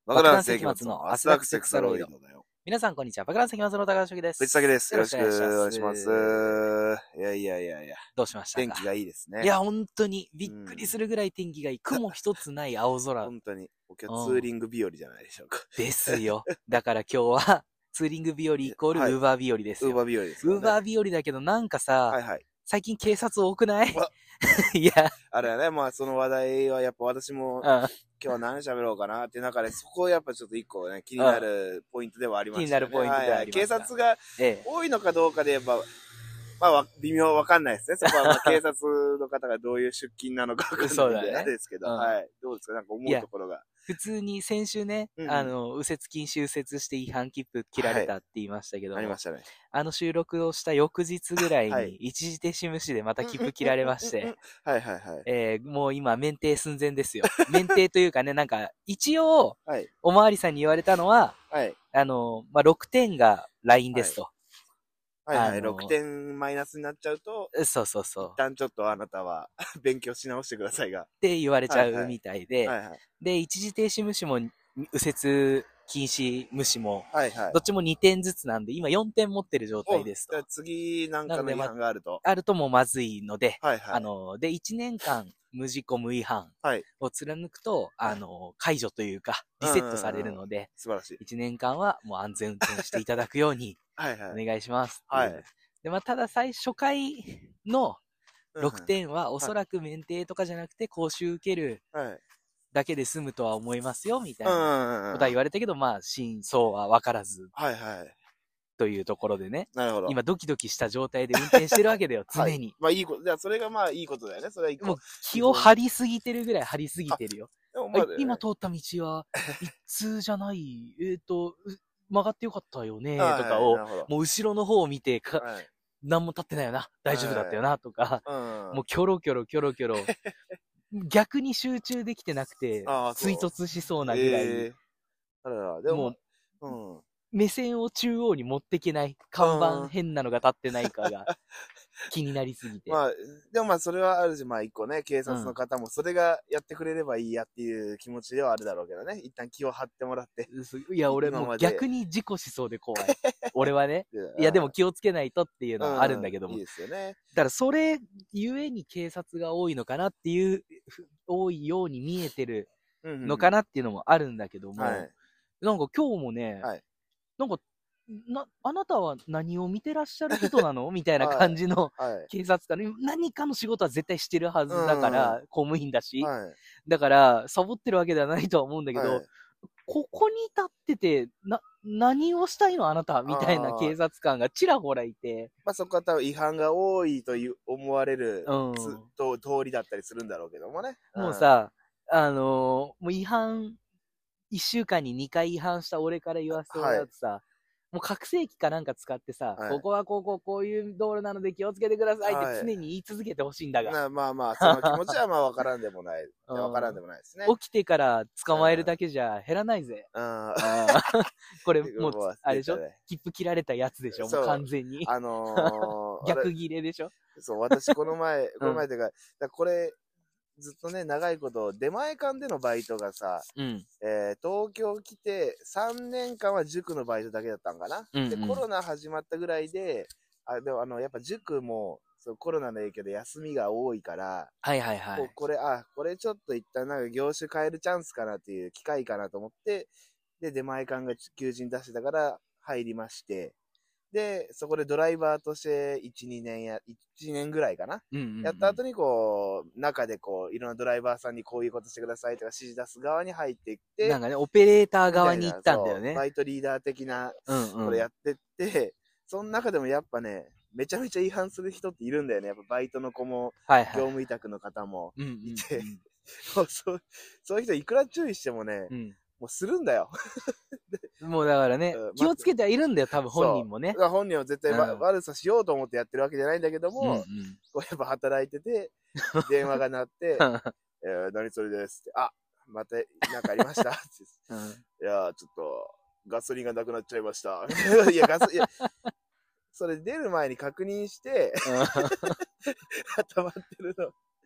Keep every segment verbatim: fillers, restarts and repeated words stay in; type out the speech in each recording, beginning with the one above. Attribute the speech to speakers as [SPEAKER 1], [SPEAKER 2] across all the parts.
[SPEAKER 1] 爆弾世紀末のアスラクセクサロイドだよ。
[SPEAKER 2] 皆さんこんにちは。爆弾世紀末の高橋樹です。
[SPEAKER 1] 藤崎です。よろしくお願いします。いやいやいやいや。
[SPEAKER 2] どうしましたか？
[SPEAKER 1] 天気がいいですね。
[SPEAKER 2] いや、本当にびっくりするぐらい天気がいい。雲一つない青空。
[SPEAKER 1] 本当に。今日ツーリング日和じゃないでしょうか。
[SPEAKER 2] ですよ。だから今日は、ツーリング日和イコールウーバー日和ですよ。
[SPEAKER 1] ウーバー日和です。
[SPEAKER 2] ウーバー日和だけどなんかさ、
[SPEAKER 1] はいはい。
[SPEAKER 2] 最近警察多くない？いや。
[SPEAKER 1] あれはね、まあその話題はやっぱ私も、今日は何喋ろうかなっていう中で、そこやっぱちょっと一個ね、気になるポイントではありましたね。
[SPEAKER 2] 気になるポイントではあります。
[SPEAKER 1] 警察が多いのかどうかで言えば、まあ微妙わかんないですね。そこはまあ警察の方がどういう出勤なのかわかんないんで、あれですけど、はい。どうですか？なんか思うところが。
[SPEAKER 2] 普通に先週ね、うんうん、あの、右折禁止右折して違反切符切られたって言いましたけども、
[SPEAKER 1] はい、ありましたね。
[SPEAKER 2] あの収録をした翌日ぐらいに一時停止無視でまた切符切られまして、
[SPEAKER 1] はいはいはい。
[SPEAKER 2] えー、もう今免停寸前ですよ。免停というかね、なんか一応、はい、おまわりさんに言われたのは、はい、あの、まあ、ろくてんがラインですと。はい
[SPEAKER 1] はいはい、ろくてんマイナスになっちゃうと、
[SPEAKER 2] そうそうそう。
[SPEAKER 1] 一旦ちょっとあなたは勉強し直してくださいが。
[SPEAKER 2] って言われちゃうみたいで、はいはい、で、一時停止無視も右折禁止無視も、はいはい、どっちもにてんずつなんで、今よんてん持ってる状態ですと。
[SPEAKER 1] 次なんかの違反があると。
[SPEAKER 2] まあるともうまずいので、はいはい、あの、で、いちねんかん無事故無違反を貫くと、はい、あの、解除というか、リセットされるので、
[SPEAKER 1] 素晴らしい。
[SPEAKER 2] いちねんかんはもう安全運転していただくように、お願いします。はいはい。で、まあ、ただ最初回のろくてんはおそらく免停とかじゃなくて講習受けるだけで済むとは思いますよ、みたいなことは言われたけど、まあ、真相は分からず。はいはい。というところでね。なるほど。今ドキドキした状態で運転してるわけだよ、常に。はい、
[SPEAKER 1] まあいいこと、じゃあそれがまあいいことだよね、それはいいこと。もう
[SPEAKER 2] 気を張りすぎてるぐらい張りすぎてるよ。まあ、今通った道は一通じゃない、えっと、曲がってよかったよね、とかを、もう後ろの方を見てか、はい、何も立ってないよな、大丈夫だったよな、とか、はい、もうキョロキョロキョロキョロ、逆に集中できてなくて、追突しそうなぐらい、えー、あららでも、もう、うん、目線を中央に持ってけない、看板変なのが立ってないかが気になりすぎて。
[SPEAKER 1] まあ、でもまあそれはあるし、まあ一個ね、警察の方もそれがやってくれればいいやっていう気持ちではあるだろうけどね、一旦気を張ってもらって。
[SPEAKER 2] いや、俺もう逆に事故しそうで怖い。俺はね。いや、でも気をつけないとっていうのはあるんだけども。
[SPEAKER 1] うん、いいですよね。
[SPEAKER 2] だからそれゆえに警察が多いのかなっていう、多いように見えてるのかなっていうのもあるんだけども、はい、なんか今日もね、はい、なんか、な、あなたは何を見てらっしゃる人なのみたいな感じの警察官、はいはい、何かの仕事は絶対してるはずだから、公務員だし、はい、だからサボってるわけではないとは思うんだけど、はい、ここに立っててな何をしたいのあなたみたいな警察官がちらほらいて、
[SPEAKER 1] まあそこは多分違反が多いという思われる、うん、と通りだったりするんだろうけどもね、
[SPEAKER 2] うん、もうさ、あのー、もう違反いっしゅうかんににかい違反した俺から言わせてもらうとさ、はい、もう拡声器かなんか使ってさ、はい、ここはこここういう道路なので気をつけてくださいって常に言い続けてほしいんだが、
[SPEAKER 1] はい、まあまあその気持ちはまあ分からんでもない分からんでもないですね。
[SPEAKER 2] 起きてから捕まえるだけじゃ減らないぜ。これもうあれでしょ、切符切られたやつでしょ、もう完全に。あのー、逆切れでしょ。
[SPEAKER 1] そう、私この前この前というか、だこれずっとね、長いこと、出前館でのバイトがさ、うん、えー、東京来てさんねんかんは塾のバイトだけだったんかな。うんうん、で、コロナ始まったぐらいで、あ、でもあの、やっぱ塾も、そうコロナの影響で休みが多いから、
[SPEAKER 2] はいはいはい。
[SPEAKER 1] これ、あ、これちょっと一旦なんか業種変えるチャンスかなっていう機会かなと思って、で、出前館が求人出してたから入りまして、で、そこでドライバーとしていち、にねんや、いちねんぐらいかな。うんうんうん、やった後にこう、中でこう、いろんなドライバーさんにこういうことしてくださいとか指示出す側に入っていって、
[SPEAKER 2] なんかね、オペレーター側に行ったんだよね。
[SPEAKER 1] バイトリーダー的な、これやってって、うんうん、その中でもやっぱね、めちゃめちゃ違反する人っているんだよね。やっぱバイトの子も、はいはい、業務委託の方もいて、そうそういう人いくら注意してもね、うん、もうするんだよ。
[SPEAKER 2] もうだからね、うん、気をつけてはいるんだよ、多分本人もね。
[SPEAKER 1] 本人は絶対、うん、悪さしようと思ってやってるわけじゃないんだけども、うんうん、こうやっぱ働いてて、電話が鳴って、えー、何それですって、あ、またなんかありましたって、うん、いや、ちょっとガソリンがなくなっちゃいました。いや、ガソリン、それ出る前に確認して、溜まってるの。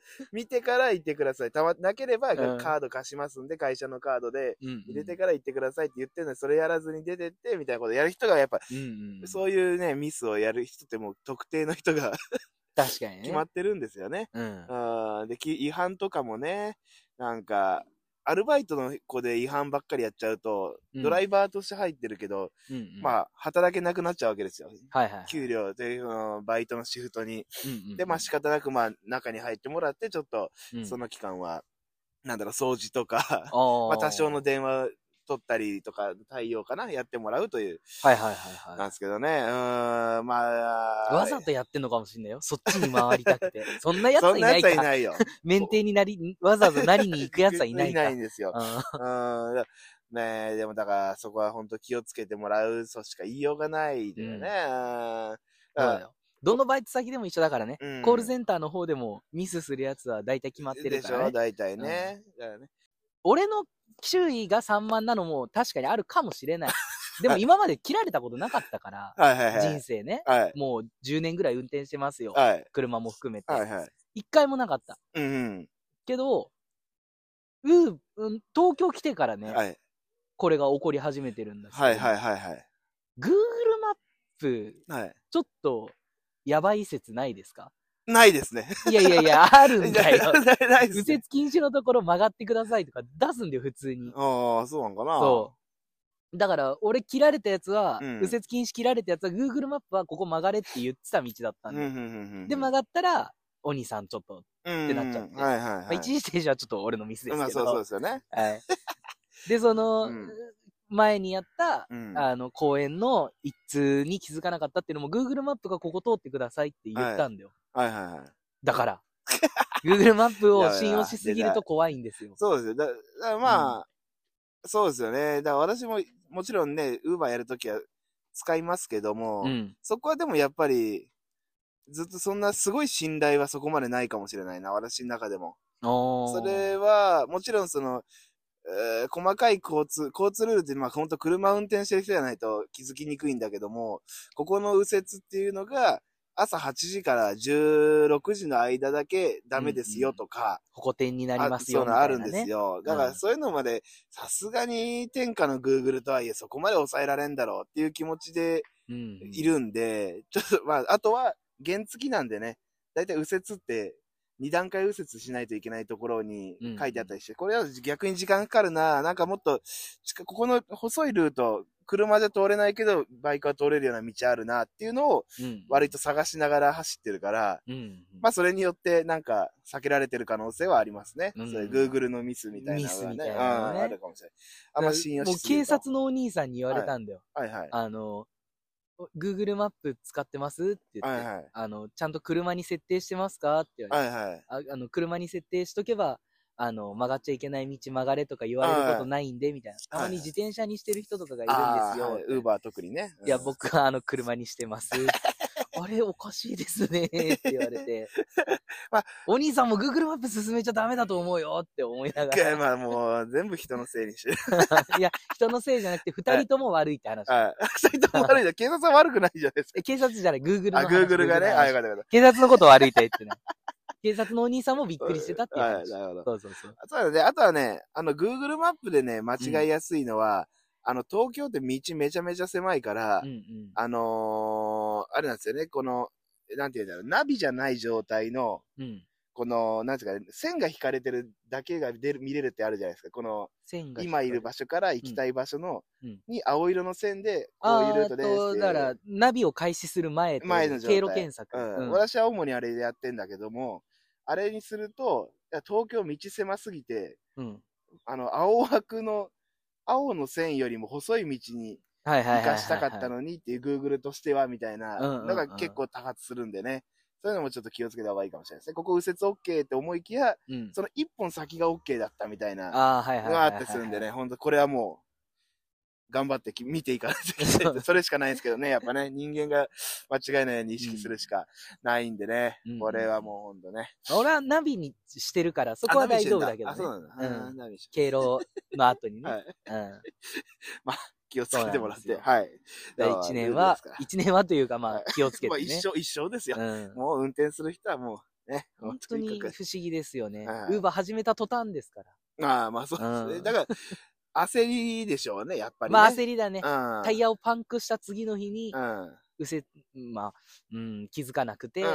[SPEAKER 1] 見てから行ってください。たま、なければカード貸しますんで、会社のカードで入れてから行ってくださいって言ってるので、それやらずに出てって、みたいなことやる人がやっぱ、うんうん、そういうね、ミスをやる人ってもう特定の人が
[SPEAKER 2] 確かにね。
[SPEAKER 1] 決まってるんですよね。うん。あで、違反とかもね、なんか、アルバイトの子で違反ばっかりやっちゃうと、うん、ドライバーとして入ってるけど、うんうん、まあ、働けなくなっちゃうわけですよ。はいはいはい、給料で、バイトのシフトに。うんうんうん、で、まあ仕方なく、まあ、中に入ってもらって、ちょっと、その期間は、うん、なんだろう、掃除とか、まあ多少の電話取ったりとか、対応かな、やってもらうという。はいはいはいはい。なんですけどね。うーん、まあ。
[SPEAKER 2] わざとやってんのかもしんないよ。そっちに回りたくて。そんなやつはいないか。そんなやつはいないよ。免停になり、わざわざなりに行くやつはいないか。
[SPEAKER 1] いないんですよ。うん。ねえ、でもだからそこは本当気をつけてもらうとしか言いようがないでね。うん。
[SPEAKER 2] そうだよ。どのバイト先でも一緒だからね。うん、コールセンターの方でもミスするやつは大体決まってるからね。
[SPEAKER 1] でしょ、大体ね。うん、だからね。
[SPEAKER 2] 俺の周囲がさんまんなのも確かにあるかもしれない。でも今まで切られたことなかったから、はいはいはい、人生ね、はい、もうじゅうねんぐらい運転してますよ。はい、車も含めて。はいはい、一回もなかった。うんうん、けど、う、うん、東京来てからね、はい、これが起こり始めてるんだけど、はいはいはいはい、Google マップ、はい、ちょっとやばい説ないですか？
[SPEAKER 1] ないですね。
[SPEAKER 2] いやいやいや、あるんだよ。右折禁止のところ曲がってくださいとか出すんだよ、普通に。
[SPEAKER 1] ああ、そうなんかな。
[SPEAKER 2] そう。だから、俺切られたやつは、うん、右折禁止切られたやつは、Google マップはここ曲がれって言ってた道だったんで。うんうんうんうん、で、曲がったら、お兄さんちょっとってなっちゃって。うんはいはいはいまあ、一時停止はちょっと俺のミスですけど。まあそうそうですよね。はい。で、その、うん、前にやった、うん、あの、公園の一通に気づかなかったっていうのも、Google マップがここ通ってくださいって言ったんだよ。はい、はい、はいはい。だから、Google マップを信用しすぎると怖いんですよ。
[SPEAKER 1] そうですよ。だだまあ、うん、そうですよね。だから私も、もちろんね、Uber やるときは使いますけども、うん、そこはでもやっぱり、ずっとそんなすごい信頼はそこまでないかもしれないな、私の中でも。それは、もちろんその、えー、細かい交通、交通ルールって、まあ本当車運転してる人じゃないと気づきにくいんだけども、ここの右折っていうのが、朝はちじからじゅうろくじの間だけダメですよとか。
[SPEAKER 2] 歩行点になりますよ
[SPEAKER 1] みたいな、ね。そういうのあるんですよ。だからそういうのまで、さすがに天下の Google とはいえそこまで抑えられんだろうっていう気持ちでいるんで、ちょっとまあ、あとは原付きなんでね、だいたい右折ってに段階右折しないといけないところに書いてあったりして、これは逆に時間かかるな、なんかもっと、ここの細いルート、車じゃ通れないけど、バイクは通れるような道あるなっていうのを、割と探しながら走ってるから、うんうん、まあそれによってなんか避けられてる可能性はありますね。うん、それ Google のミスみたいなのがね。ミスみたいなのね。あるかもしれない。あんま信用しすぎると。
[SPEAKER 2] もう警察のお兄さんに言われたんだよ。はい、はい、はい。あの、Google マップ使ってますって言って、はいはい、あの、ちゃんと車に設定してますかって言われて、はいはい、ああの車に設定しとけば、あの、曲がっちゃいけない道曲がれとか言われることないんで、みたいな。たまに自転車にしてる人とかがいるんですよ。
[SPEAKER 1] ウーバー特にね。
[SPEAKER 2] うん、いや、僕はあの、車にしてます。あれ、おかしいですねって言われて。まあ、お兄さんも Google マップ進めちゃダメだと思うよって思いながら。
[SPEAKER 1] まあもう、全部人のせいにしてる。
[SPEAKER 2] いや、人のせいじゃなくて、二人とも悪いって話。
[SPEAKER 1] はい。二人とも悪いじゃん。警察は悪くないじゃないですか。
[SPEAKER 2] 警察じゃない、Google の話。
[SPEAKER 1] あ、Google がね。あ、よかったよかった。
[SPEAKER 2] 警察のこと悪いって言ってない。警察のお兄さんもびっくりしてたっていう話。はい、なるほど。そうそうそう。
[SPEAKER 1] そうだね。あとはね、あの、Google マップでね、間違いやすいのは、うん、あの、東京って道めちゃめちゃ狭いから、うんうん、あのー、あれなんですよね、この、なんていうんだろう、ナビじゃない状態の、うん、この、なんていうか、線が引かれてるだけが出る、見れるってあるじゃないですか。この、今いる場所から行きたい場所の、うん、に青色の線で、こういうルートですって。
[SPEAKER 2] あと、だから、ナビを開始する前と、前の経路検索。
[SPEAKER 1] うんうん、私は主にあれでやってんだけども、あれにすると、東京道狭すぎて、うん、あの、青枠の、青の線よりも細い道に行かしたかったのにっていう Google としてはみたいなのが結構多発するんでね。そういうのもちょっと気をつけた方がいいかもしれないですね。ここ右折 OK って思いきや、うん、その一本先が OK だったみたいなのがあってするんでね、ほんとこれはもう、頑張って見ていかないといけない。それしかないんですけどね、やっぱね、人間が間違いないように意識するしかないんでね、うん、これはもうほんとね。
[SPEAKER 2] 俺はナビにしてるから、そこは大丈夫だけどね。あ、そうなんだ。うん、ナビ経路の後にね。はい。うん。
[SPEAKER 1] まあ、気をつけてもらって。はい。
[SPEAKER 2] 一年は、一年はというかまあ、気をつけてね。まあ
[SPEAKER 1] 一生、一生ですよ。うん、もう運転する人はもね。
[SPEAKER 2] 本当に不思議ですよね。ウーバー始めた途端ですから。
[SPEAKER 1] ああ、まあそうですね。うん、だから、焦りでしょうね、やっぱり、ね。
[SPEAKER 2] まあ焦りだね。タイヤをパンクした次の日に、うん、うせ、まあ、うん、気づかなくて、うん、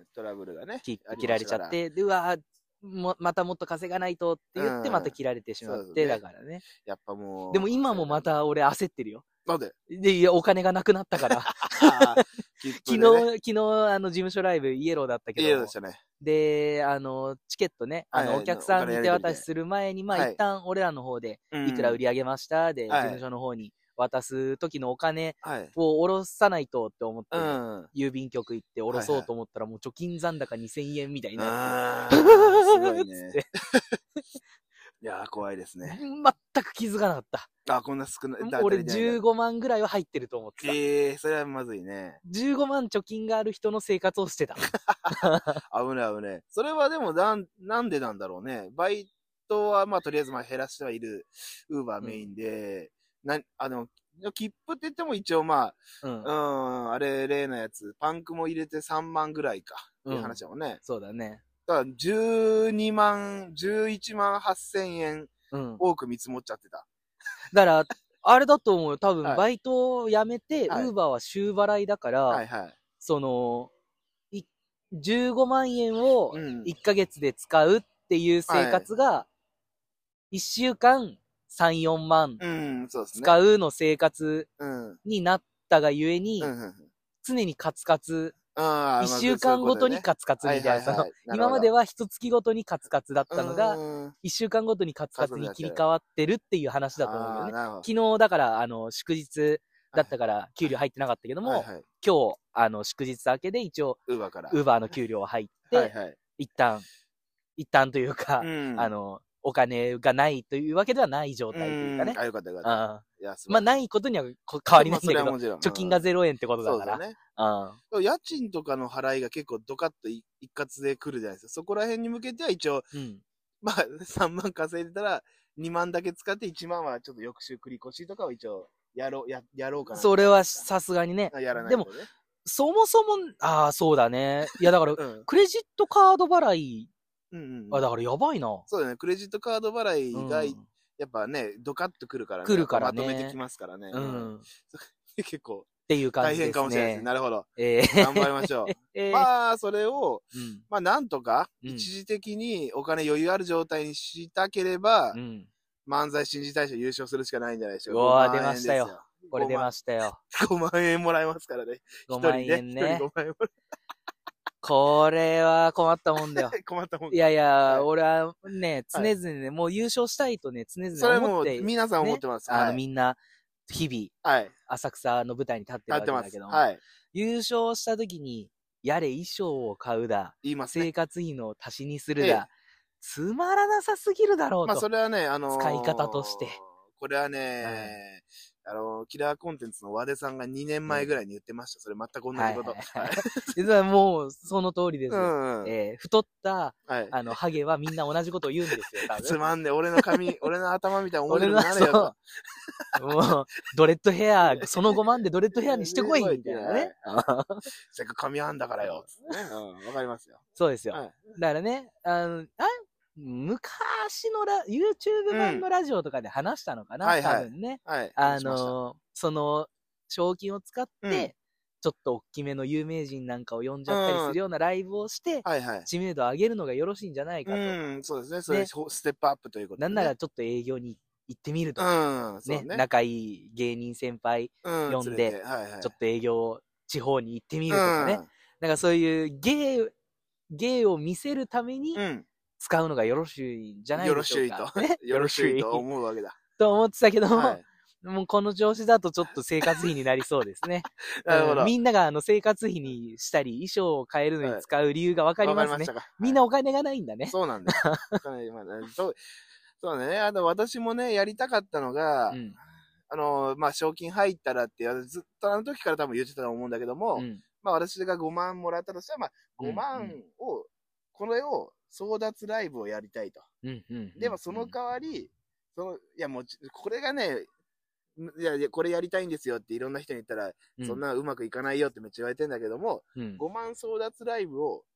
[SPEAKER 1] トラブルがね。
[SPEAKER 2] 切られちゃって、で、うわもまたもっと稼がないとって言ってまた切られてしまって、うんね、だからね。
[SPEAKER 1] やっぱもう。
[SPEAKER 2] でも今もまた俺焦ってるよ。
[SPEAKER 1] なんで
[SPEAKER 2] で、いや、お金がなくなったから。昨日、昨日、あの、事務所ライブ、イエローだったけど。
[SPEAKER 1] イエローでしたね。
[SPEAKER 2] で、あの、チケットね、あの、はいはい、お客さんに手渡しする前に、まあ、はい、一旦俺らの方で、いくら売り上げました、で、はい、事務所の方に渡す時のお金を下ろさないとって思って、はい、郵便局行って下ろそうと思ったら、もう貯金残高にせんえんみたいになって。す
[SPEAKER 1] ごいね。いやー、怖いですね。
[SPEAKER 2] 全く気づかなかった。
[SPEAKER 1] あ、こんな少ない。
[SPEAKER 2] 俺じゅうごまんぐらいは入ってると思ってた。
[SPEAKER 1] ええー、それはまずいね。
[SPEAKER 2] じゅうごまん貯金がある人の生活をしてた。
[SPEAKER 1] 危ない危ない。それはでもなん、なんでなんだろうね。バイトはまあとりあえずまあ減らしてはいる、ウーバーメインで、うん、な、あの、切符って言っても一応まあ、うん、うんあれ、例のやつ、パンクも入れてさんまんぐらいか、っていう話だもんね。うん、
[SPEAKER 2] そうだね。
[SPEAKER 1] だからじゅうにまん、じゅういちまんはっせんえん、多く見積もっちゃってた。
[SPEAKER 2] うん、だから、あれだと思うよ。多分、バイトを辞めて、ウーバーは週払いだから、はいはいはい、その、じゅうごまんえんをいっかげつで使うっていう生活が、いっしゅうかんさん、よんまん使うの生活になったがゆえに、常にカツカツ、いっしゅうかんごとにカツカツみたいな、今までは一月ごとにカツカツだったのが、いっしゅうかんごとにカツカツに切り替わってるっていう話だと思うんだよね。昨日だから、あの、祝日だったから、給料入ってなかったけども、はいはい、今日、あの、祝日明けで一応、
[SPEAKER 1] ウーバーから、
[SPEAKER 2] ウーバーの給料入って、はいはい、一旦、一旦というか、うん、あの、お金がないというわけではない状態というかね。
[SPEAKER 1] あ、よかったよかった。
[SPEAKER 2] いやまあ、ないことには変わりないんだけど、まあ、貯金がゼロえんってことだから。
[SPEAKER 1] ね、うん、家賃とかの払いが結構ドカッと一括で来るじゃないですか。そこら辺に向けては一応、うん、まあ、さんまん稼いでたら、にまんだけ使っていちまんはちょっと翌週繰り越しとかを一応、やろう、や、やろうかな。
[SPEAKER 2] それはさすがにね。
[SPEAKER 1] やらない、ね、
[SPEAKER 2] でも、そもそも、ああ、そうだね。いや、だから、うん、クレジットカード払い、うんうん、あ、だからやばいな。
[SPEAKER 1] そうだね。クレジットカード払いが、うん、やっぱね、ドカッとくるからね。
[SPEAKER 2] 来るからね。
[SPEAKER 1] まとめてきますからね。うん。結構。
[SPEAKER 2] っていう感じですね。
[SPEAKER 1] 大変かもしれないですね。なるほど。えー、頑張りましょう。えー、まあ、それを、うん、まあ、なんとか、一時的にお金余裕ある状態にしたければ、うん、漫才新時大賞優勝するしかないんじゃないでしょうか。
[SPEAKER 2] うわー、出ましたよ。これ出ましたよ。
[SPEAKER 1] ごまんえんもらえますからね。
[SPEAKER 2] ごまんえんね。ごまんえんこれは困ったもんだよ。
[SPEAKER 1] 困ったもん。
[SPEAKER 2] いやいや、はい、俺はね、常々ね、はい、もう優勝したいとね、常々思って。
[SPEAKER 1] それも皆さん思ってます。
[SPEAKER 2] ね、はい、あの、みんな、日々、はい、浅草の舞台に立ってるわけだけども、はい、優勝した時に、やれ衣装を買うだ、言いますね、生活費の足しにするだ、ええ、つまらなさすぎるだろうと。
[SPEAKER 1] まあそれはね、あのー、
[SPEAKER 2] 使い方として。
[SPEAKER 1] これはね、はい、あのー、キラーコンテンツの和出さんがにねんまえぐらいに言ってました。それ全く同じこと。
[SPEAKER 2] 実はもう、その通りです。うんうん、えー、太った、はい、あの、ハゲはみんな同じことを言うんですよ、多分。
[SPEAKER 1] つまんねえ、俺の髪、俺の頭みたいな思いになれよと。
[SPEAKER 2] もう、ドレッドヘア、そのごまんでドレッドヘアにしてこいみたいなね。
[SPEAKER 1] せっかく髪あんだからよ。ね、うん、わかりますよ。
[SPEAKER 2] そうですよ。はい、だからね、あの、あ昔のラ YouTube 版のラジオとかで話したのかな、うん、多分ね。はいはい、あの、その、賞金を使って、うん、ちょっと大きめの有名人なんかを呼んじゃったりするようなライブをして、うんはいはい、知名度を上げるのがよろしいんじゃないかと。うん、
[SPEAKER 1] そうですね。それ、ね、ステップアップということで、
[SPEAKER 2] ね。なんならちょっと営業に行ってみるとか、うんねね、仲いい芸人先輩呼んで、うんはいはい、ちょっと営業地方に行ってみるとかね。うん、なんかそういう芸、芸を見せるために使うのがよろしいんじゃないでしょうか。
[SPEAKER 1] よろしいと。ね、よろしいと思うわけだ。
[SPEAKER 2] と思ってたけども、はいもうこの調子だとちょっと生活費になりそうですね。なるほど、うん。みんながあの生活費にしたり、衣装を変えるのに使う理由がわかりますね。はい、みんなお金がないんだね。
[SPEAKER 1] そうなんだよ。そうそうね。あの、私もね、やりたかったのが、うん、あの、まあ、賞金入ったらって、ずっとあの時から多分言ってたと思うんだけども、うん、まあ、私がごまんもらったとしたら、まあ、ごまんを、うん、これを争奪ライブをやりたいと。うんうんうんうん、でもその代わり、その、いやもう、これがね、いやいや、これやりたいんですよっていろんな人に言ったら、うん、そんなうまくいかないよってめっちゃ言われてんだけども、うん、ごまん争奪ライブを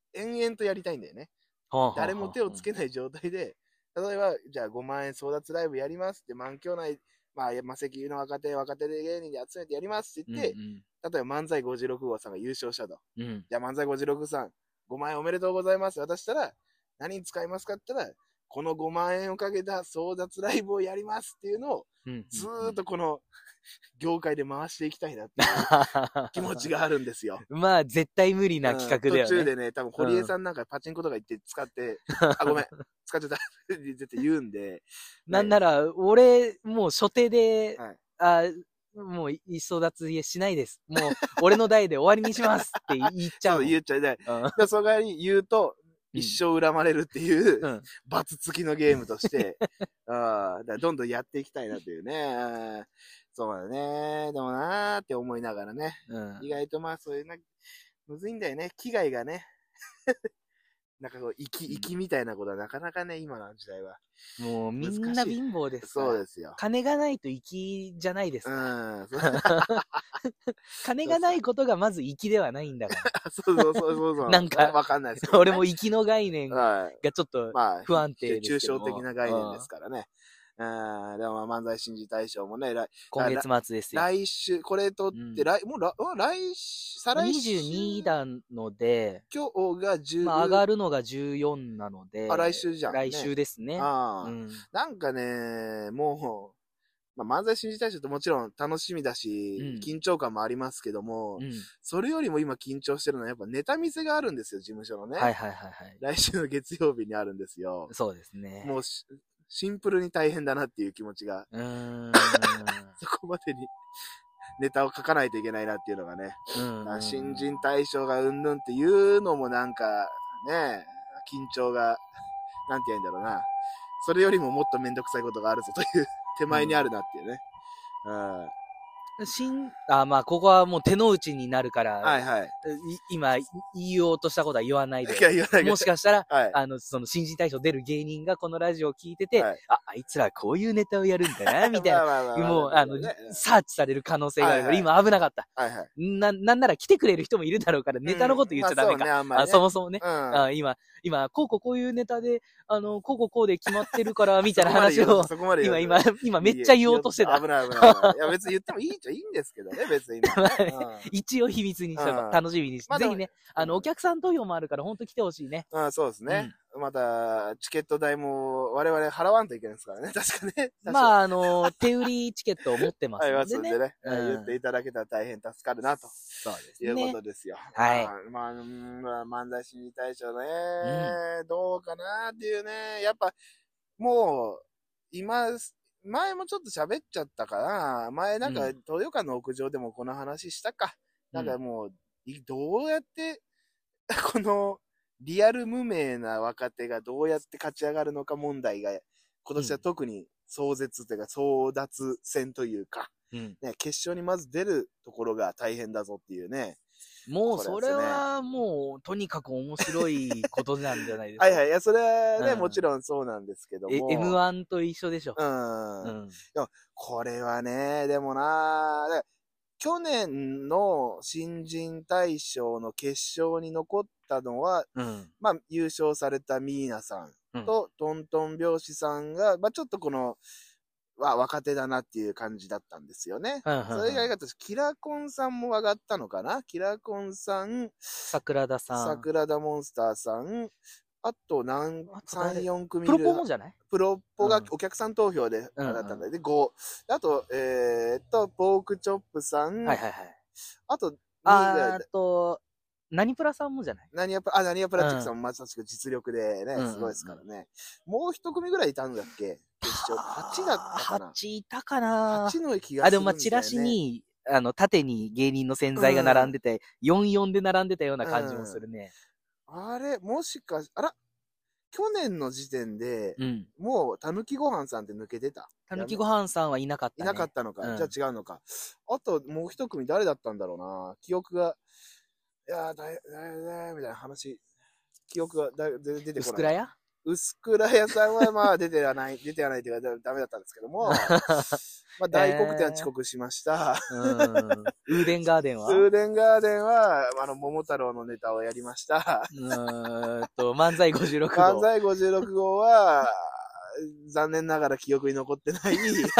[SPEAKER 1] 延々とやりたいんだよね。誰も手をつけない状態で、例えば、じゃあごまんえん争奪ライブやりますって、満響内、まあ、マセキの若手、若手で芸人で集めてやりますって言って、うんうん、例えば漫才ごじゅうろく号さんが優勝したと。うん、じゃあ漫才ごじゅうろくさん、ごまんえんおめでとうございます渡したら、何に使いますかって言ったら、このごまんえんをかけた争奪ライブをやりますっていうのを、ずーっとこの業界で回していきたいなっていう気持ちがあるんですよ。
[SPEAKER 2] まあ、絶対無理な企画だよね。
[SPEAKER 1] うん、途中でね、多分堀江さんなんかパチンコとか言って使って、うん、あ、ごめん、使っちゃったって絶対言うんで。
[SPEAKER 2] なんなら、俺、もう初手で、はい、あもう、争奪しないです。もう、俺の代で終わりにしますって言っちゃう。
[SPEAKER 1] そう、言っちゃいない。うん、その代わり言うと、一生恨まれるっていう、うん、罰付きのゲームとして、あだからどんどんやっていきたいなというね。そうだね。でもなーって思いながらね。うん、意外とまあそういうな、むずいんだよね。危害がね。なんかこう、生き、生きみたいなことはなかなかね、今の時代は。
[SPEAKER 2] もうみんな貧乏ですから。
[SPEAKER 1] そうですよ。
[SPEAKER 2] 金がないと生きじゃないですか。うん。金がないことがまず生きではないんだから。
[SPEAKER 1] そうそうそうそうそう。
[SPEAKER 2] なんか、
[SPEAKER 1] わかんないですけど、ね、
[SPEAKER 2] 俺も生きの概念がちょっと不安定ですけども、
[SPEAKER 1] まあ、抽象的な概念ですからね。うん、でも漫才新人大賞もね、
[SPEAKER 2] 今月末ですよ。
[SPEAKER 1] 来週、これとって、うん、来、もう来、来週、再来週。
[SPEAKER 2] にじゅうになので、
[SPEAKER 1] 今日がじゅう、
[SPEAKER 2] まあ上がるのがじゅうよんなので、
[SPEAKER 1] あ、来週じゃん、ね。
[SPEAKER 2] 来週ですね。
[SPEAKER 1] ああ、うん、なんかね、もう、まあ、漫才新人大賞ってもちろん楽しみだし、うん、緊張感もありますけども、うん、それよりも今緊張してるのはやっぱネタ見せがあるんですよ、事務所のね。
[SPEAKER 2] はいはいはいはい。
[SPEAKER 1] 来週の月曜日にあるんですよ。
[SPEAKER 2] そうですね。
[SPEAKER 1] もうシンプルに大変だなっていう気持ちが。うーんそこまでにネタを書かないといけないなっていうのがね。うん新人大賞がうんぬんっていうのもなんかね、緊張が、なんて言うんだろうな。それよりももっとめんどくさいことがあるぞという手前にあるなっていうね。うん、うん
[SPEAKER 2] 新、あ、まあ、ここはもう手の内になるから、
[SPEAKER 1] はいはい。
[SPEAKER 2] 今、言おうとしたことは言わないで。
[SPEAKER 1] いや言わない
[SPEAKER 2] もしかしたら、
[SPEAKER 1] はい、
[SPEAKER 2] あの、その新人大賞出る芸人がこのラジオを聞いてて、はい、あ、あいつらこういうネタをやるんだな、みたいな。もう、あの、サーチされる可能性があるから、はいはい、今危なかった。はいはい、な、なんなら来てくれる人もいるだろうから、ネタのこと言っちゃダメか。うんまあ そ, ねねあそもそもね。うん、あ今、今、こうこうこういうネタで、あの、こうこうこうで決まってるから、みたいな話を、今、今、今めっちゃ言おうとしてた。
[SPEAKER 1] 危ない危ない危ない。いや、別に言ってもいいっちゃいいんですけどね、別に、ねうん。
[SPEAKER 2] 一応秘密にしとこう。楽しみにして。まあ、ぜひね、あの、お客さん投票もあるから、ほんと来てほしいね。
[SPEAKER 1] ああそうですね。うん、また、チケット代も我々払わんといけないですからね、確かね。
[SPEAKER 2] まあ、あの、手売りチケットを持ってますのでね。
[SPEAKER 1] はい、ますんでね、うん、言っていただけたら大変助かるなと。
[SPEAKER 2] そうですね。
[SPEAKER 1] いうことですよ。
[SPEAKER 2] はい。
[SPEAKER 1] まあ、まあ、漫才新人大賞ね、うん、どうかなっていうね。やっぱ、もう、今、前もちょっと喋っちゃったかな。前なんか、豊岡の屋上でもこの話したか。うん、なんかもう、どうやって、この、リアル無名な若手がどうやって勝ち上がるのか問題が、今年は特に壮絶というか、争奪戦というか、うんね、決勝にまず出るところが大変だぞっていうね。
[SPEAKER 2] もうそれはもうとにかく面白いことなんじゃないですか。
[SPEAKER 1] はいはい。いや、それはね、うん、もちろんそうなんですけども。
[SPEAKER 2] エムワン と一緒でしょ。
[SPEAKER 1] うん。うん、でもこれはね、でもな、去年の新人大賞の決勝に残ったのは、うん、まあ優勝されたミーナさんと、うん、トントン拍子さんが、まあちょっとこの、は若手だなっていう感じだったんですよね。うんうんうん、それ以外だと、キラコンさんも上がったのかなキラコンさん、
[SPEAKER 2] 桜田さん、
[SPEAKER 1] 桜田モンスターさん、あと何、さん、よん組
[SPEAKER 2] プロポもじゃない
[SPEAKER 1] プロポがお客さん投票で上がったんだよ。うんうん、で、ご。あと、えー、っと、ポークチョップさん、
[SPEAKER 2] はいはいはい。
[SPEAKER 1] あと、
[SPEAKER 2] ああと、何プラさんもじゃない
[SPEAKER 1] 何やプラ、あ、何やプラチックさんもまさしく実力でね、うん、すごいですからね。もう一組ぐらいいたんだっけ決勝。はちだったかな
[SPEAKER 2] ?はち いたかな
[SPEAKER 1] ?はち の気がするんだよね。
[SPEAKER 2] あ、でもまあ、チラシに、あの、縦に芸人の洗剤が並んでて、うん、よんよんで並んでたような感じもするね。
[SPEAKER 1] うん、あれ、もしかし、あら去年の時点で、うん、もう、たぬきごはんさんって抜けてた。
[SPEAKER 2] たぬきごはんさんはいなかった、ね。
[SPEAKER 1] いなかったのか。うん、じゃあ違うのか。あと、もう一組誰だったんだろうな。記憶が、いやー、だい、だい、だい、みたいな話。記憶がだ出てこない。
[SPEAKER 2] 薄倉屋
[SPEAKER 1] 薄倉屋さんはまあ出てはない、出てはないというかダメだったんですけども、まあ大黒天は遅刻しました。
[SPEAKER 2] えー、ウーデンガーデンは
[SPEAKER 1] ウーデンガーデンは、あの、桃太郎のネタをやりました。
[SPEAKER 2] うーんと、漫才ごじゅうろく号。
[SPEAKER 1] 漫才ごじゅうろく号は、残念ながら記憶に残ってない。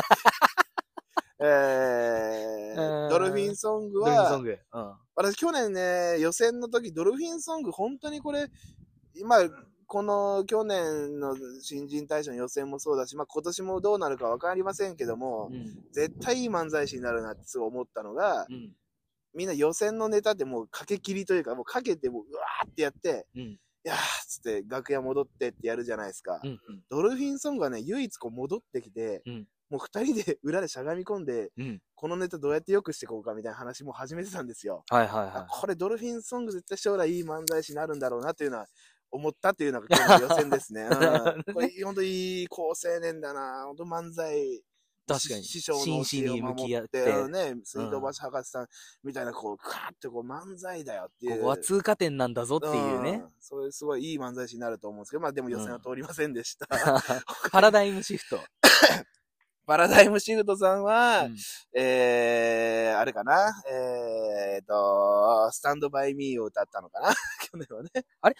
[SPEAKER 1] えー、ドルフィンソングは、ドルフィンソング、うん、私去年ね、予選の時、ドルフィンソング、本当にこれ、今、この去年の新人大賞の予選もそうだし、まあ、今年もどうなるか分かりませんけども、うん、絶対いい漫才師になるなってすごい思ったのが、うん、みんな予選のネタってもうかけ切りというか、もうかけてもううわーってやって、うん、いやーっつって楽屋戻ってってやるじゃないですか。うんうん、ドルフィンソングはね、唯一こう戻ってきて、うん、もう二人で裏でしゃがみ込んで、うん、このネタどうやって良くしていこうかみたいな話も始めてたんですよ。はいはいはい。これドルフィンソング絶対将来いい漫才師になるんだろうなっていうのは思ったっていうのが今日の予選ですね。うん、これ本当にいい好青年だな。本当漫才。
[SPEAKER 2] 確かに。
[SPEAKER 1] 師匠の教えを守って、ね、水道橋博士さんみたいな、こう、カーってこう漫才だよっていう。
[SPEAKER 2] ここは通過点なんだぞっていうね。
[SPEAKER 1] うん、それすごいいい漫才師になると思うんですけど、まあでも予選は通りませんでした。
[SPEAKER 2] うん、パラダイムシフト。
[SPEAKER 1] パラダイムシフトさんは、うん、えー、あれかな、えーと、スタンドバイミーを歌ったのかな去年はね。
[SPEAKER 2] あれ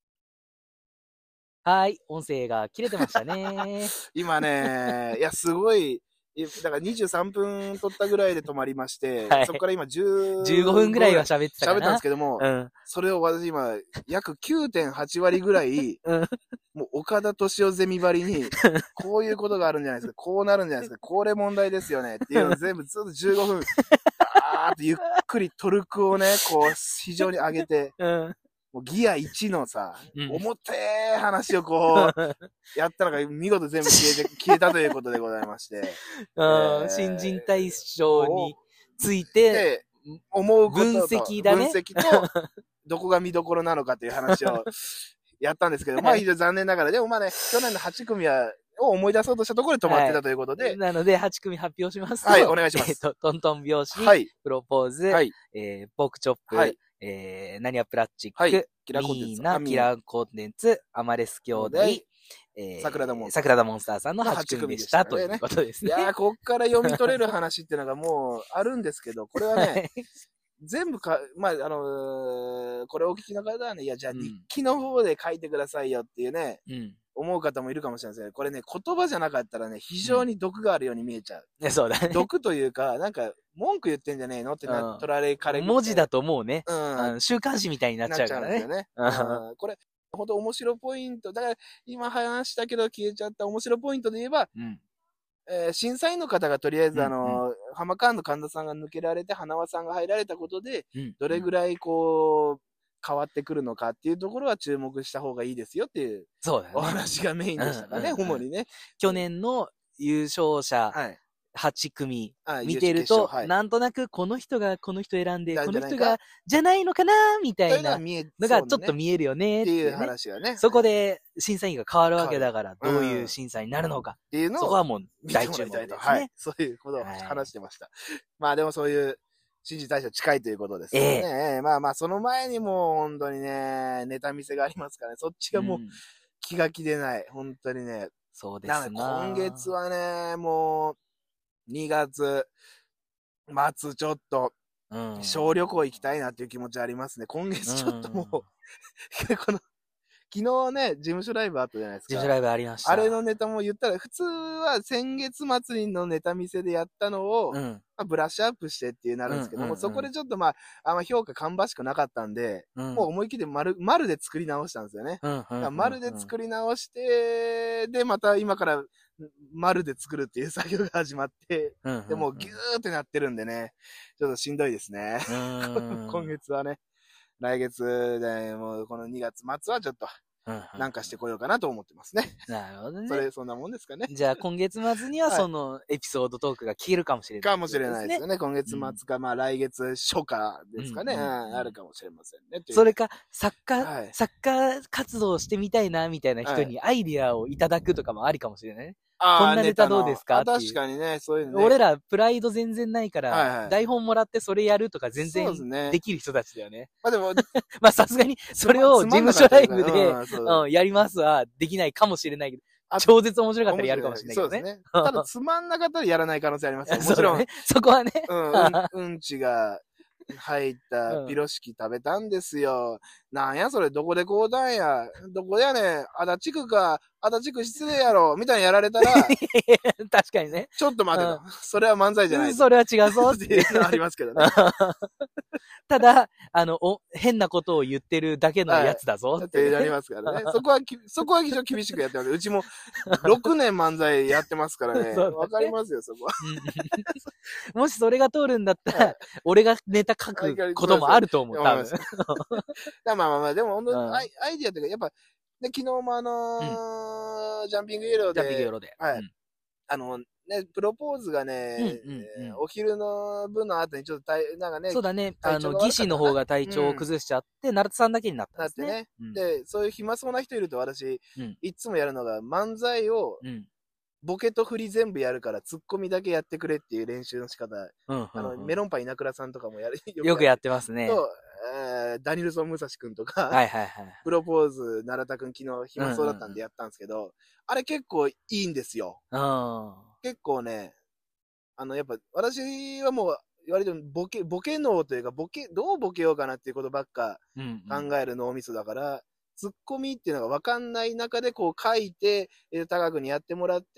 [SPEAKER 2] はい、音声が切れてましたね。
[SPEAKER 1] 今ね、いや、すごい、だからにじゅうさんぷん撮ったぐらいで止まりまして、はい、そこから今じゅう、
[SPEAKER 2] じゅうごふんぐらいは喋ってたかな。
[SPEAKER 1] 喋ったんですけども、うん、それを私今、約 きゅうてんはち 割ぐらい、うん、もう岡田敏夫ゼミばりに、こういうことがあるんじゃないですか、こうなるんじゃないですか、これ問題ですよね、っていうのを全部ずっとじゅうごふん、あーってゆっくりトルクをね、こう、非常に上げて、うんもうギアいちのさ、うん、重てー話をこう、やったのが見事全部消えて、消えたということでございまして。
[SPEAKER 2] えー、新人大賞について、
[SPEAKER 1] 思うことと
[SPEAKER 2] 分析だね。
[SPEAKER 1] 分析と、どこが見どころなのかという話をやったんですけど、まあ非常に残念ながら、でもまあね、去年のはち組は、を思い出そうとしたところで止まってたということで。はい、
[SPEAKER 2] なので、はち組発表しますと。
[SPEAKER 1] はい、お願いします。
[SPEAKER 2] えっと、トントン拍子、はい、プロポーズ、はい、えー、ポークチョップ、はいえー、ナニアプラスチック、はい、キラーコンテンツ、ミーナ、キラーコンテンツ、アマレス兄弟、えー、桜田モンスター。桜田モンスターさんのはち組でした、ということですね。
[SPEAKER 1] いやー、こっから読み取れる話っていうのがもうあるんですけど、これはね、全部か、まあ、あのー、これをお聞きの方はね、いや、じゃあ日記の方で書いてくださいよっていうね、うん、思う方もいるかもしれないですけど、これね、言葉じゃなかったらね、非常に毒があるように見えちゃう。
[SPEAKER 2] うん、そうだね。
[SPEAKER 1] 毒というか、なんか、文句言ってんじゃねえのってな、うん、取られかれる。
[SPEAKER 2] 文字だともうね、うん、週刊誌みたいになっちゃうからね。
[SPEAKER 1] なっちゃうんですよね。うん、これ、ほんと面白ポイント。だから、今話したけど消えちゃった面白ポイントで言えば、うんえー、審査員の方がとりあえず、あのー、うんうん、ハマカーンの神田さんが抜けられて、花輪さんが入られたことで、うん、どれぐらいこう、変わってくるのかっていうところは注目した方がいいですよっていう、そうだね、お話がメインでしたかね、うんうんうん、主にね。
[SPEAKER 2] 去年の優勝者はち組見てると、はい、なんとなくこの人がこの人選んで、この人がじゃないのかなみたいなのがちょっと見えるよねっていう話がね。そこで審査員が変わるわけだから、どういう審査になるのかっていうのを、そこはもう大注目ですね、はい。
[SPEAKER 1] そういうことを話してました。はい、まあでもそういう、新人大賞近いということですね。ええ、まあまあ、その前にも本当にね、ネタ見せがありますからね、そっちがもう気が気でない。うん、本当にね。
[SPEAKER 2] そうですね。今
[SPEAKER 1] 月はね、もう、にがつ末ちょっと、小旅行行きたいなっていう気持ちありますね。今月ちょっともう、うん、この、昨日ね、事務所ライブあったじゃないですか。
[SPEAKER 2] 事務所ライブありました。
[SPEAKER 1] あれのネタも言ったら、普通は先月末のネタ見せでやったのを、うんまあ、ブラッシュアップしてっていうなるんですけども、うんうんうん、そこでちょっとまあ、あんま評価芳しくなかったんで、うん、もう思い切って丸、丸で作り直したんですよね。うんうんうんうん、丸で作り直して、で、また今から丸で作るっていう作業が始まって、うんうんうん、でもうギューってなってるんでね、ちょっとしんどいですね。今月はね。来月で、もうこのにがつ末はちょっと、なんかしてこようかなと思ってますね。
[SPEAKER 2] なるほどね。
[SPEAKER 1] それ、そんなもんですかね。
[SPEAKER 2] じゃあ今月末にはそのエピソードトークが聞けるかもしれない、ね、
[SPEAKER 1] かもしれないですよね。今月末か、うん、まあ来月初夏ですかね、うんうんうん。あるかもしれませんね。
[SPEAKER 2] それか、作家、はい、作家活動してみたいなみたいな人にアイディアをいただくとかもありかもしれないね。 こんなネタどうですかっていう。
[SPEAKER 1] 確かにね、そういうのね。
[SPEAKER 2] 俺らプライド全然ないから、はいはい、台本もらってそれやるとか全然できる人たちだよね。
[SPEAKER 1] まあでも、
[SPEAKER 2] まあさすがにそれを事務所ライブで、うん、やりますはできないかもしれないけど、超絶面白かったらやるかもしれないけどね。そうですね。
[SPEAKER 1] ただつまんなかったらやらない可能性ありますよ。もちろん。
[SPEAKER 2] ね、そこはね。
[SPEAKER 1] うん、うん、うんちが入ったピロシキ食べたんですよ。うん、なんやそれどこでこうだんや。どこやねん。足立区か。足立区失礼やろ。みたいなやられたら。
[SPEAKER 2] 確かにね。
[SPEAKER 1] ちょっと待てと。うん、それは漫才じゃない。
[SPEAKER 2] それは違うぞっていう
[SPEAKER 1] のありますけどね。
[SPEAKER 2] ただ、あの、お、変なことを言ってるだけのやつだぞ
[SPEAKER 1] って、ね。ってなりますからね。そこはき、そこは非常に厳しくやってます。うちもろくねん漫才やってますからね。わ、ね、かりますよ、そこは。
[SPEAKER 2] もしそれが通るんだったら、俺がネタ書くこともあると思う、多分。
[SPEAKER 1] まあまあまあ、でも本当に、うん、アイアイディアというか、やっぱ、で昨日もあのーうん、ジャンピングイエローで、
[SPEAKER 2] ジャンピングイエローで。
[SPEAKER 1] はい。うん、あの、ね、プロポーズがね、うんうんうん、お昼の分の後にちょっとたい、なんかね、
[SPEAKER 2] そうだね、あの、技師の方が体調を崩しちゃって、ナルトさんだけになったんですね。なってね、
[SPEAKER 1] うん。で、そういう暇そうな人いると私、うん、いつもやるのが漫才を、うん、ボケと振り全部やるからツッコミだけやってくれっていう練習の仕方。うんうんうん、あのメロンパン稲倉さんとかもやる。
[SPEAKER 2] よく や, よくやってますね。
[SPEAKER 1] と、えー、ダニルソン・ムサシ君とか、はいはいはい、プロポーズ、奈良田君昨日暇そうだったんでやったんですけど、うんうんうん、あれ結構いいんですよ。結構ね、あの、やっぱ私はもう割とボケ、ボケ脳というか、ボケ、どうボケようかなっていうことばっか考える脳みそだから、うんうん、ツッコミっていうのが分かんない中でこう書いて、えー、高くにやってもらって、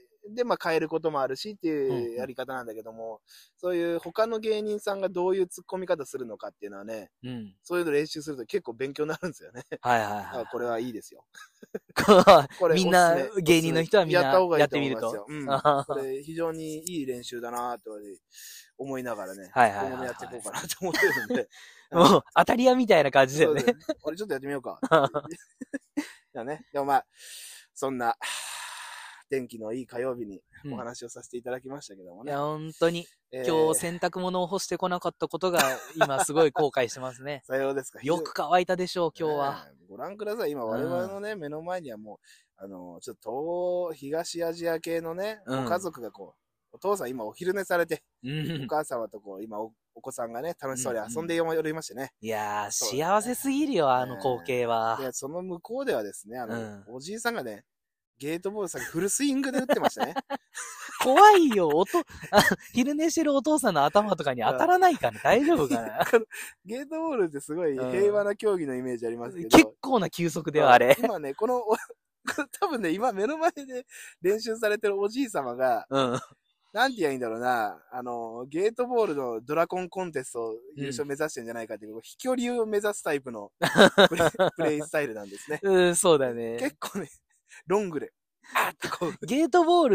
[SPEAKER 1] で、まあ変えることもあるしっていうやり方なんだけども、うんうん、そういう他の芸人さんがどういう突っ込み方するのかっていうのはね、うん、そういうの練習すると結構勉強になるんですよね。はいはいはい。だからこれはいいですよ。
[SPEAKER 2] これみんな、芸人の人はみんなやってみると。
[SPEAKER 1] うん、これ非常にいい練習だなと思いながらね、はいはいはいはい、今後もやっていこうかなと思ってるんで。
[SPEAKER 2] もう当たり屋みたいな感じだよね。
[SPEAKER 1] 俺ちょっとやってみようか。いやね、でもまあ、そんな、天気のいい火曜日にお話をさせていただきましたけどもね。
[SPEAKER 2] うん、いや、本当に、えー、今日洗濯物を干してこなかったことが今すごい後悔してますね。
[SPEAKER 1] さようですか。
[SPEAKER 2] よく乾いたでしょう、今日は。
[SPEAKER 1] ね、ご覧ください。今我々のね、うん、目の前にはもう、あの、ちょっと東アジア系のね、うん、ご家族がこう、お父さん今お昼寝されて、うん、お母様とこう、今お、お子さんがね、楽しそうに遊んでおりましてね。うんうん、
[SPEAKER 2] いやー、幸せすぎるよ、あの光景は。
[SPEAKER 1] で、その向こうではですね、あの、うん、おじいさんがね、ゲートボール先フルスイングで打ってましたね。
[SPEAKER 2] 怖いよ、おと、あ、昼寝してるお父さんの頭とかに当たらないから大丈夫かな。
[SPEAKER 1] ゲートボールってすごい平和な競技のイメージありますけど。
[SPEAKER 2] 結構な球速ではあれ。
[SPEAKER 1] 今ね、この、多分ね、今目の前で練習されてるおじい様が、うん、なんて言えばいいんだろうな、あの、ゲートボールのドラコンコンテスト優勝目指してるんじゃないかっていう、うん、飛距離を目指すタイプのプレイ、プレイスタイルなんですね。
[SPEAKER 2] うん、そうだね。
[SPEAKER 1] 結構ね、ロングで。あってこ
[SPEAKER 2] うゲートボールって、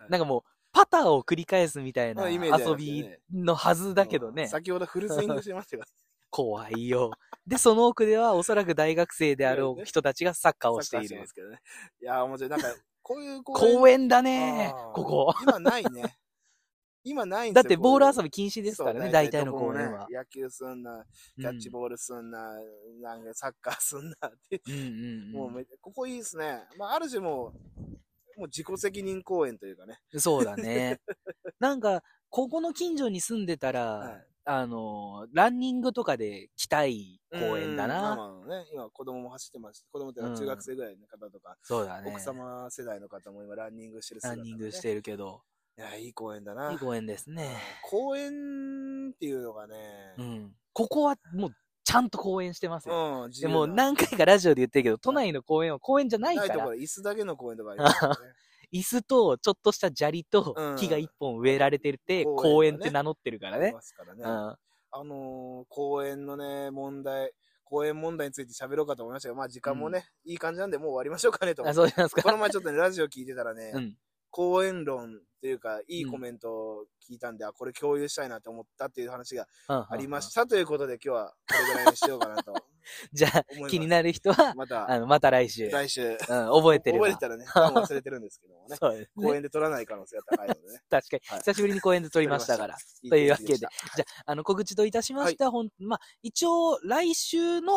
[SPEAKER 2] なんかもう、パターを繰り返すみたいな遊びのはずだけどね。
[SPEAKER 1] 先ほどフルスイングしてましたが。
[SPEAKER 2] 怖いよ。で、その奥ではおそらく大学生である人たちがサッカーをしている。
[SPEAKER 1] ますけどね、いやー、面白い。なんか、こういう
[SPEAKER 2] 公園。公園だね、ここ。
[SPEAKER 1] 今ないね。今ないん
[SPEAKER 2] ですよ。だってボール遊び禁止ですからね、大体の公園は。
[SPEAKER 1] 野球すんな、キャッチボールすんな、なんかサッカーすんなって。もう、ここいいですね。まあ、ある種もう、もう自己責任公園というかね。
[SPEAKER 2] そうだね。なんか、ここの近所に住んでたら、はい、あの、ランニングとかで来たい公園だな。
[SPEAKER 1] まあまあね、今子供も走ってます。子供って中学生ぐらいの方とか、うん、
[SPEAKER 2] そうだね。
[SPEAKER 1] 奥様世代の方も今ランニングしてる
[SPEAKER 2] 姿、ね、ランニングしてるけど。
[SPEAKER 1] いや、いい公園だな。
[SPEAKER 2] いい公園ですね。
[SPEAKER 1] 公園っていうのがね、
[SPEAKER 2] うん、ここはもうちゃんと公園してますよ。うん、でも何回かラジオで言ってるけど、都内の公園は公園じゃないから。ないところ、
[SPEAKER 1] 椅子だけの公園とかありますよね。
[SPEAKER 2] 椅子とちょっとした砂利と木が一本植えられてて、うん、公園って名乗ってるからね。
[SPEAKER 1] ますからね。うん、あのー、公園のね、問題、公園問題について喋ろうかと思いましたが、まあ時間もね、うん、いい感じなんでもう終わりましょうかねと。
[SPEAKER 2] あ、そうですか。
[SPEAKER 1] この前ちょっとね、ラジオ聞いてたらね、うん、公園論っていうか、いいコメントを聞いたんで、うん、あ、これ共有したいなと思ったっていう話がありました。うん、ということで今日はこれぐらいにしようかなと。
[SPEAKER 2] じゃあ、気になる人は、また、あの、また来週。
[SPEAKER 1] 来週。うん、
[SPEAKER 2] 覚えてる。
[SPEAKER 1] 覚えてたらね、忘れてるんですけどもね。そうですね。公園で撮らない可能性が高いのでね。
[SPEAKER 2] 確かに、はい。久しぶりに公園で撮りましたから。というわけで。じゃあ、あの、告知といたしましては、はい、ほん、まあ、一応、来週の、はい、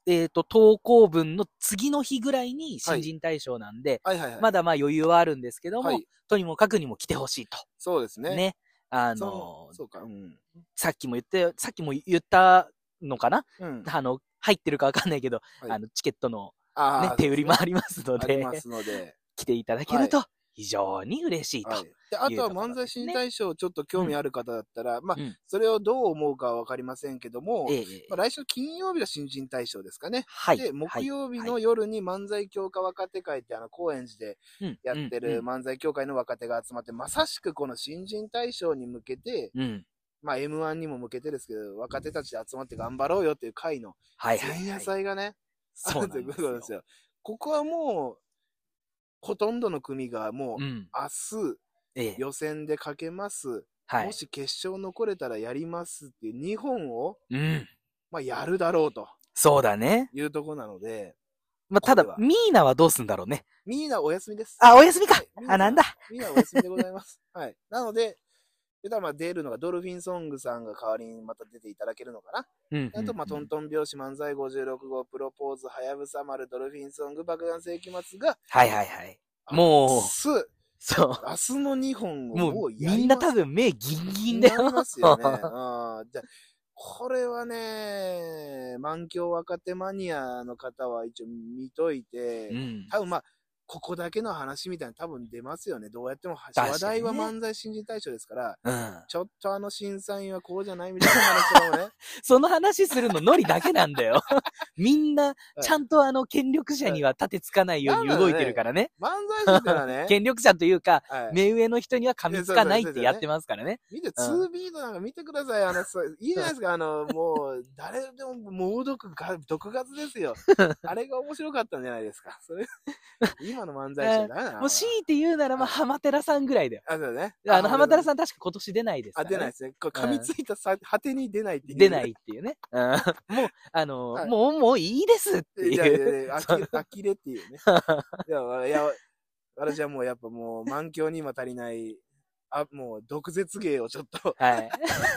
[SPEAKER 2] えっと、投稿分の次の日ぐらいに新人大賞なんで、
[SPEAKER 1] はいはいはいはい、
[SPEAKER 2] まだまあ余裕はあるんですけども、
[SPEAKER 1] はい、
[SPEAKER 2] とにもかくにも来てほしいと。
[SPEAKER 1] そうですね。
[SPEAKER 2] ね。あの、
[SPEAKER 1] そうそうか、うん、
[SPEAKER 2] さっきも言って、さっきも言ったのかな、
[SPEAKER 1] うん、
[SPEAKER 2] あの、入ってるかわかんないけど、はい、あの、チケットの、ね、手売りもありますので、ますので来ていただけると、非常に嬉しいと、はい。
[SPEAKER 1] で、あとは漫才新人大賞ちょっと興味ある方だったら、うん、まあ、うん、それをどう思うかはわかりませんけども、ええ、まあ、来週金曜日が新人大賞ですかね。はい。で、木曜日の夜に漫才協会若手会ってあの、高円寺でやってる漫才協会の若手が集まって、まさしくこの新人大賞に向けて、うん、まあ エムワン にも向けてですけど、若手たちで集まって頑張ろうよっていう会の前夜祭がね、あるということですよ。ここはもう、ほとんどの組がもう、明日、予選でかけます、はい。もし決勝残れたらやりますっていうにほんを、うん、まあやるだろうと。そうだね。いうとこなので。
[SPEAKER 2] まあただ、ミーナはどうすんだろうね。
[SPEAKER 1] ミーナお休みです。
[SPEAKER 2] あ、お休みか。はい、
[SPEAKER 1] あ、
[SPEAKER 2] なんだ。
[SPEAKER 1] ミーナお休みでございます。はい。なので、で、まあ出るのがドルフィンソングさんが代わりにまた出ていただけるのかな。うんうんうん、あと、まあ、トントン拍子漫才ごじゅうろく号、プロポーズ、はやぶさ丸、ドルフィンソング、爆弾世紀末が、
[SPEAKER 2] はいはいはい。もう、
[SPEAKER 1] 明日、そう。明日のにほんをもうやります。
[SPEAKER 2] みんな多分目ギンギンだよ。
[SPEAKER 1] やりますよね。あじゃこれはね、満響若手マニアの方は一応見といて、うん、多分まあ、ここだけの話みたいな多分出ますよね。どうやっても、話題は漫才新人大賞ですから、うん、ちょっとあの審査員はこうじゃないみたいな話もね。
[SPEAKER 2] その話するのノリだけなんだよ。みんな、ちゃんとあの、権力者には立てつかないように動いてるからね。
[SPEAKER 1] 漫才師ってのはね。
[SPEAKER 2] 権力者というか、はい、目上の人には噛みつかないってやってますからね。
[SPEAKER 1] 見て、ツービートなんか見てください。あの、いいじゃないですか。あの、もう、誰でも猛毒が、毒ガツですよ。あれが面白かったんじゃないですか。それ、今の漫才師はダメだな。
[SPEAKER 2] もう強いて言うなら、まあ、浜寺さんぐらいだよ。
[SPEAKER 1] あ、そうね。
[SPEAKER 2] あの、浜寺さん確か今年出ないですから、
[SPEAKER 1] ね。あ、出ないですね。これ噛みついたさ、果てに出ないっていう。
[SPEAKER 2] 出ないっていうね。うん、もう、あの、はい、もう、もういいですっていう。いやいやいや、
[SPEAKER 1] あきれっていうね。いや、いや、私はもうやっぱもう満響にも足りない、あ、もう毒舌芸をちょっと。はい。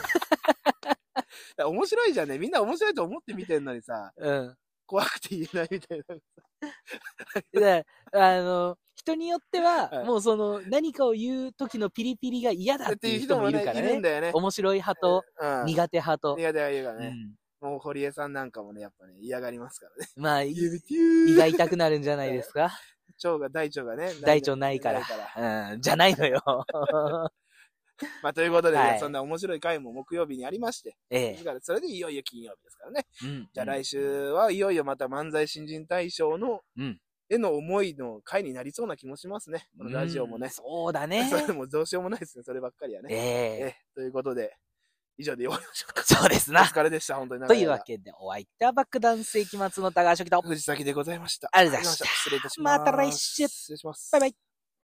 [SPEAKER 1] 面白いじゃんね。みんな面白いと思って見てんのにさ。うん。怖くて言えないみたいな。
[SPEAKER 2] で、あの、人によっては、はい、もうその、何かを言う時のピリピリが嫌だっていう人もいるからね。いるんだよね。面白い派と、うん、苦手派と。
[SPEAKER 1] 苦手派言うからね。うん、もう堀江さんなんかもね、やっぱね、嫌がりますからね。
[SPEAKER 2] まあ、胃が痛くなるんじゃないですか。
[SPEAKER 1] 腸が、大腸がね。
[SPEAKER 2] 大腸ないから。からうん、じゃないのよ。
[SPEAKER 1] まあ、ということで、はい、そんな面白い回も木曜日にありまして。ええ。ですからそれでいよいよ金曜日ですからね。うん、じゃあ来週はいよいよまた漫才新人大賞の、うんへの思いの回になりそうな気もしますね。このラジオもね。
[SPEAKER 2] そうだね。
[SPEAKER 1] それもどうしようもないですね。そればっかりはね。えー、えー。ということで、以上で終わりましょうか。
[SPEAKER 2] そうですな。
[SPEAKER 1] お疲れでした、本当に。
[SPEAKER 2] というわけで、お相手は爆弾世紀末の高橋樹と
[SPEAKER 1] 藤崎でございました。
[SPEAKER 2] ありがとうございました。
[SPEAKER 1] 失礼いたします。
[SPEAKER 2] また来週。
[SPEAKER 1] 失礼します。
[SPEAKER 2] バイバイ。